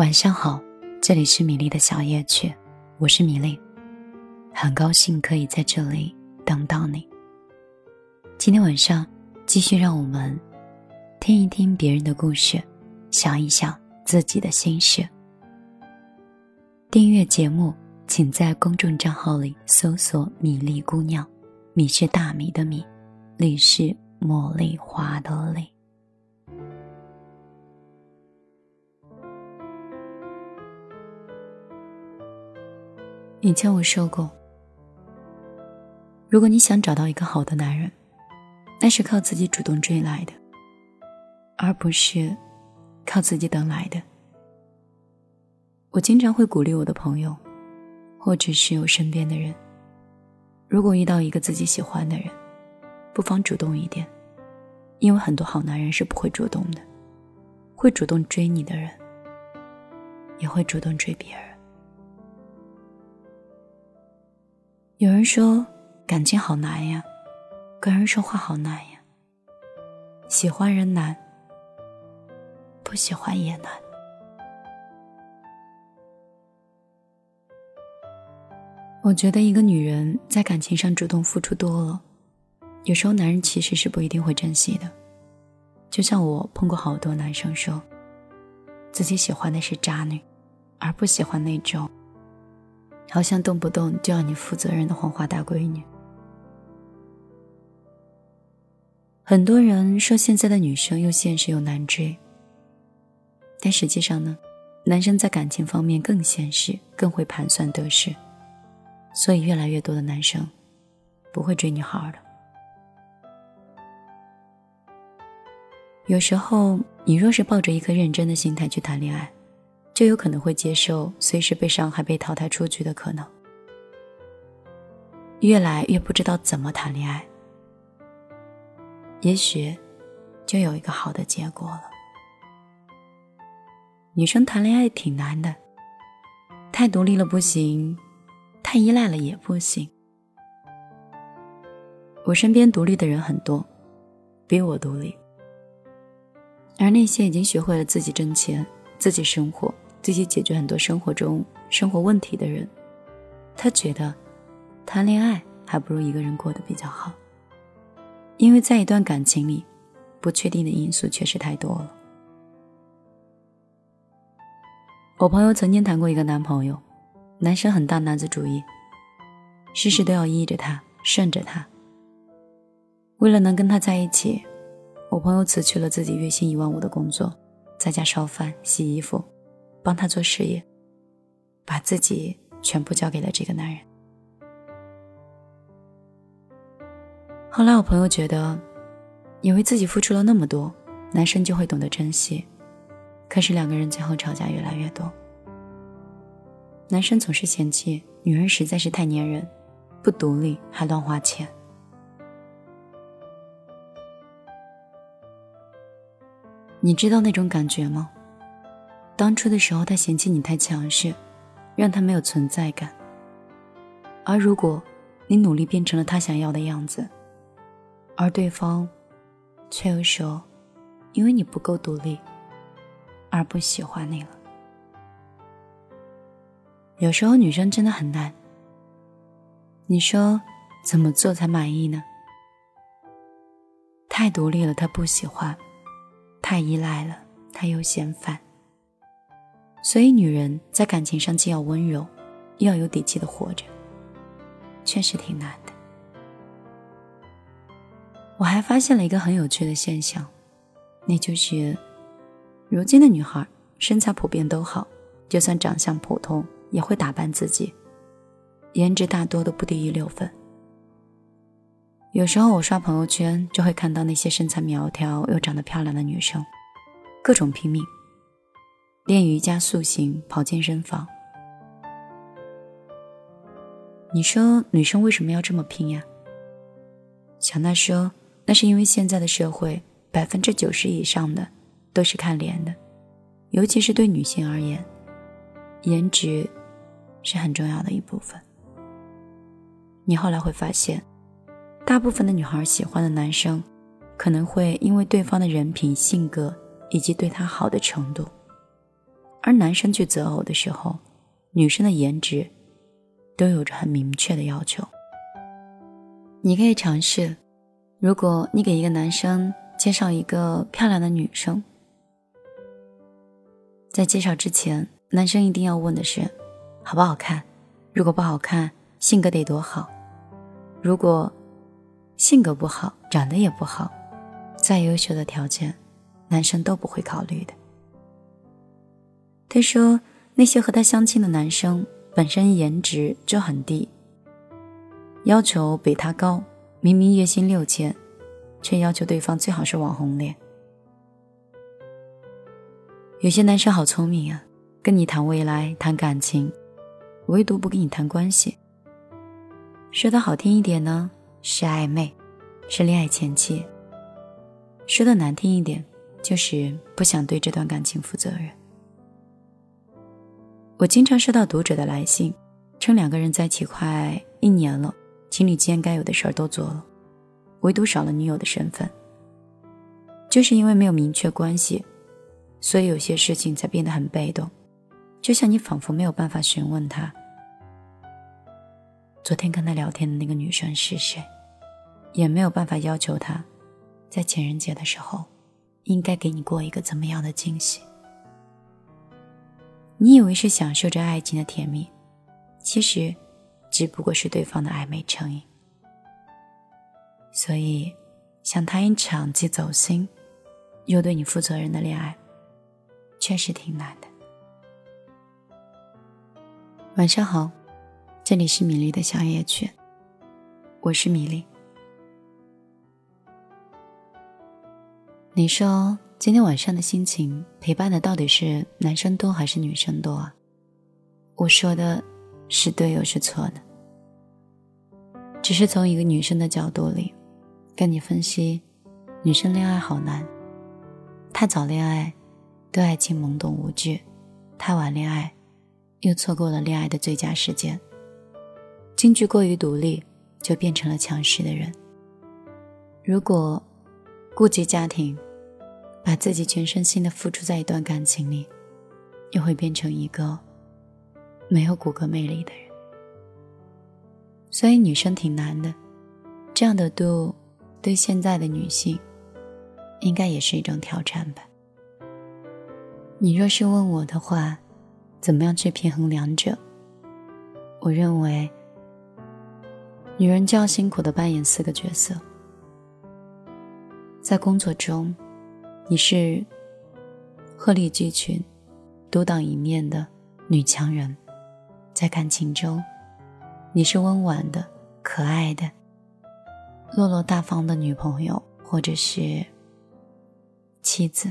晚上好，这里是米粒的小夜曲，我是米粒，很高兴可以在这里等到你。今天晚上继续让我们听一听别人的故事，想一想自己的心事。订阅节目请在公众账号里搜索米粒姑娘，米是大米的米，粒是茉莉花的粒。以前我说过，如果你想找到一个好的男人，那是靠自己主动追来的，而不是靠自己等来的。我经常会鼓励我的朋友，或者是我身边的人，如果遇到一个自己喜欢的人，不妨主动一点，因为很多好男人是不会主动的，会主动追你的人，也会主动追别人。有人说感情好难呀，跟人说话好难呀，喜欢人难，不喜欢也难。我觉得一个女人在感情上主动付出多了，有时候男人其实是不一定会珍惜的。就像我碰过好多男生说自己喜欢的是渣女，而不喜欢那种好像动不动就要你负责任的黄花大闺女。很多人说现在的女生又现实又难追，但实际上呢，男生在感情方面更现实，更会盘算得失，所以越来越多的男生不会追女孩的。有时候你若是抱着一颗认真的心态去谈恋爱，就有可能会接受随时被伤害被淘汰出局的可能。越来越不知道怎么谈恋爱，也许就有一个好的结果了。女生谈恋爱挺难的，太独立了不行，太依赖了也不行。我身边独立的人很多，比我独立，而那些已经学会了自己挣钱，自己生活，自己解决很多生活问题的人，他觉得谈恋爱还不如一个人过得比较好。因为在一段感情里，不确定的因素确实太多了。我朋友曾经谈过一个男朋友，男生很大男子主义，事事都要依着他，顺着他。为了能跟他在一起，我朋友辞去了自己月薪15000的工作，在家烧饭洗衣服，帮他做事业，把自己全部交给了这个男人。后来我朋友觉得，以为自己付出了那么多，男生就会懂得珍惜，可是两个人最后吵架越来越多。男生总是嫌弃女人实在是太粘人，不独立还乱花钱。你知道那种感觉吗？当初的时候他嫌弃你太强势，让他没有存在感，而如果你努力变成了他想要的样子，而对方却又说因为你不够独立而不喜欢你了。有时候女生真的很难，你说怎么做才满意呢？太独立了他不喜欢，太依赖了他又嫌烦。所以女人在感情上既要温柔，又要有底气的活着，确实挺难的。我还发现了一个很有趣的现象，那就是如今的女孩身材普遍都好，就算长相普通也会打扮自己，颜值大多都不低于6分。有时候我刷朋友圈就会看到那些身材苗条又长得漂亮的女生，各种拼命练瑜伽塑形，跑健身房。你说女生为什么要这么拼呀？小娜说那是因为现在的社会90%以上的都是看脸的，尤其是对女性而言，颜值是很重要的一部分。你后来会发现，大部分的女孩喜欢的男生可能会因为对方的人品、性格以及对他好的程度而男生去择偶的时候，女生的颜值都有着很明确的要求。你可以尝试，如果你给一个男生介绍一个漂亮的女生，在介绍之前，男生一定要问的是好不好看，如果不好看，性格得多好，如果性格不好，长得也不好，再优秀的条件男生都不会考虑的。他说那些和他相亲的男生本身颜值就很低，要求比他高，明明月薪6000，却要求对方最好是网红脸。有些男生好聪明啊，跟你谈未来谈感情，唯独不跟你谈关系。说得好听一点呢，是暧昧，是恋爱前期；说得难听一点，就是不想对这段感情负责任。我经常收到读者的来信，称2个人在一起快1年了，情侣间该有的事儿都做了，唯独少了女友的身份。就是因为没有明确关系，所以有些事情才变得很被动，就像你仿佛没有办法询问他昨天跟他聊天的那个女生是谁，也没有办法要求他在情人节的时候应该给你过一个怎么样的惊喜。你以为是享受着爱情的甜蜜，其实只不过是对方的暧昧成瘾。所以想谈一场既走心又对你负责任的恋爱，确实挺难的。晚上好，这里是米粒的小夜曲，我是米粒。你说今天晚上的心情陪伴的到底是男生多还是女生多啊？我说的是对又是错的，只是从一个女生的角度里跟你分析，女生恋爱好难，太早恋爱对爱情懵懂无知，太晚恋爱又错过了恋爱的最佳时间，京剧过于独立就变成了强势的人。如果顾及家庭，把自己全身心的付出在一段感情里，又会变成一个没有骨骼魅力的人。所以女生挺难的，这样的度对现在的女性应该也是一种挑战吧。你若是问我的话，怎么样去平衡两者，我认为女人就要辛苦地扮演4个角色。在工作中，你是鹤立鸡群独当一面的女强人，在感情中你是温婉的可爱的落落大方的女朋友或者是妻子。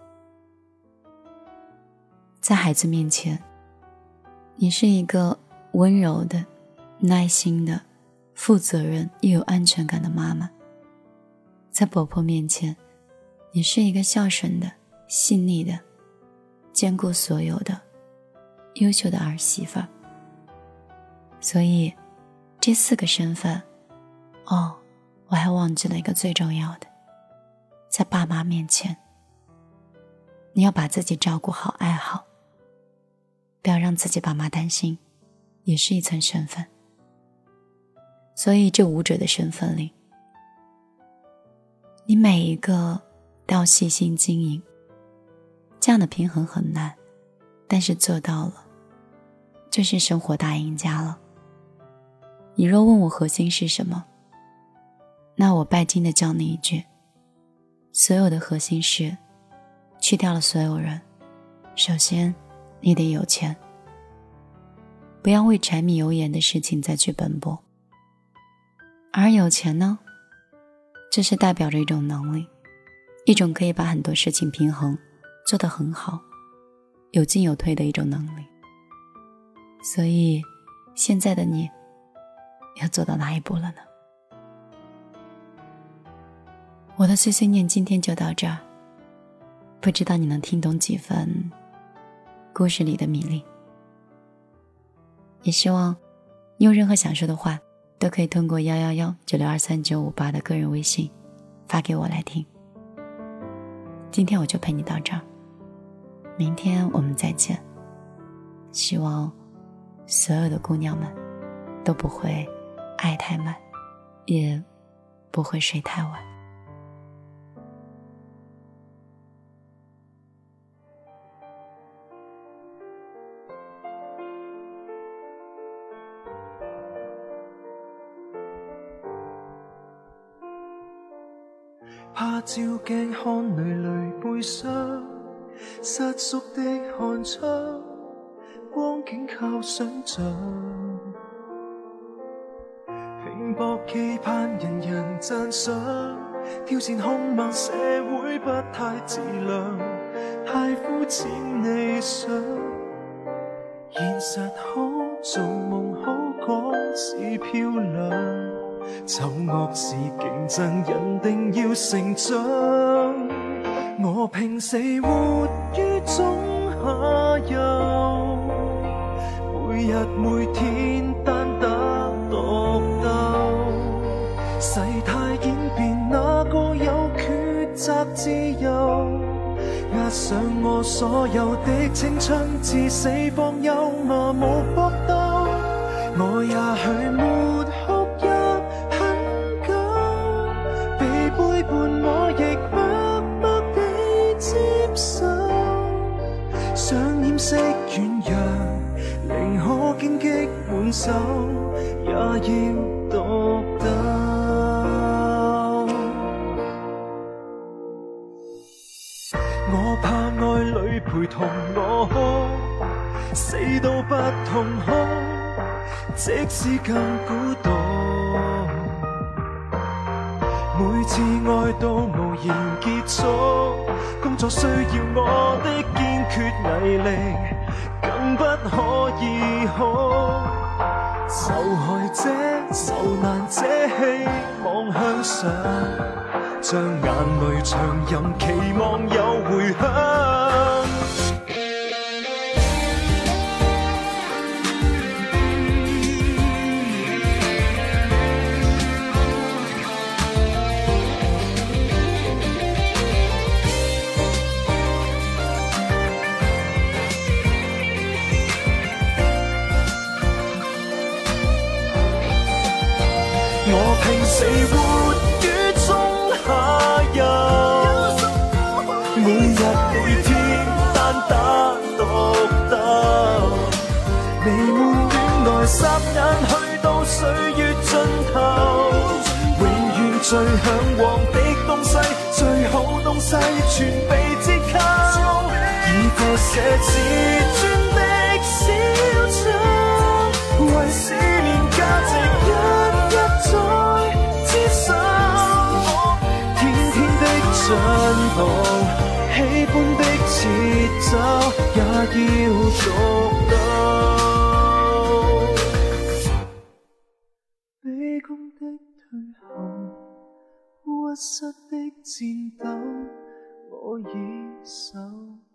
在孩子面前，你是一个温柔的耐心的负责任又有安全感的妈妈。在婆婆面前，你是一个孝顺的细腻的兼顾所有的优秀的儿媳妇。所以这4个身份，我还忘记了一个最重要的，在爸妈面前，你要把自己照顾好爱好，不要让自己爸妈担心，也是一层身份。所以这5者的身份里，你每一个都要细心经营，这样的平衡很难，但是做到了就是生活大赢家了。你若问我核心是什么，那我拜金的教你一句，所有的核心是去掉了所有人。首先你得有钱，不要为柴米油盐的事情再去奔波。而有钱呢，这是代表着一种能力，一种可以把很多事情平衡做得很好，有进有退的一种能力。所以现在的你要做到哪一步了呢？我的碎碎念今天就到这儿，不知道你能听懂几分故事里的米粒。也希望你有任何想说的话，都可以通过11196239588的个人微信发给我来听。今天我就陪你到这儿， 明天我们再见。希望所有的姑娘们都不会爱太满，也不会睡太晚。 怕照镜看累累背伤，失缩的寒窗，光景靠想象。拼搏期盼人人赞赏，挑战恐怕社会不太自量，太肤浅理想。现实好做梦，好讲是漂亮。丑恶是竞争，人定要成长。我拼死活于中下游，每日每天单打独斗。世态演变，哪个有抉择自由？押上我所有的青春，至死方休，麻木搏斗。我也许没哭泣很久，被背叛我亦默默地接受。想掩饰软弱，宁可荊棘滿手，也要獨鬥。我怕愛侶陪同我哭，死都不痛哭，即使更孤獨。每次愛到無言結束，工作需要我的堅決毅力，更不可以哭。受害者、受難者希望向上，將眼淚長任，期望有回響。我拼死活於中下游，每日每天單打獨鬥，彌漫戀愛霎眼去到歲月盡頭，永遠最向往的東西，最好東西全被折扣，以個寫自尊的小丑，為思念價值一再接受，天天的進步，喜歡的節奏，也要獨鬥。卑躬的退後，屈膝的戰鬥，我已受。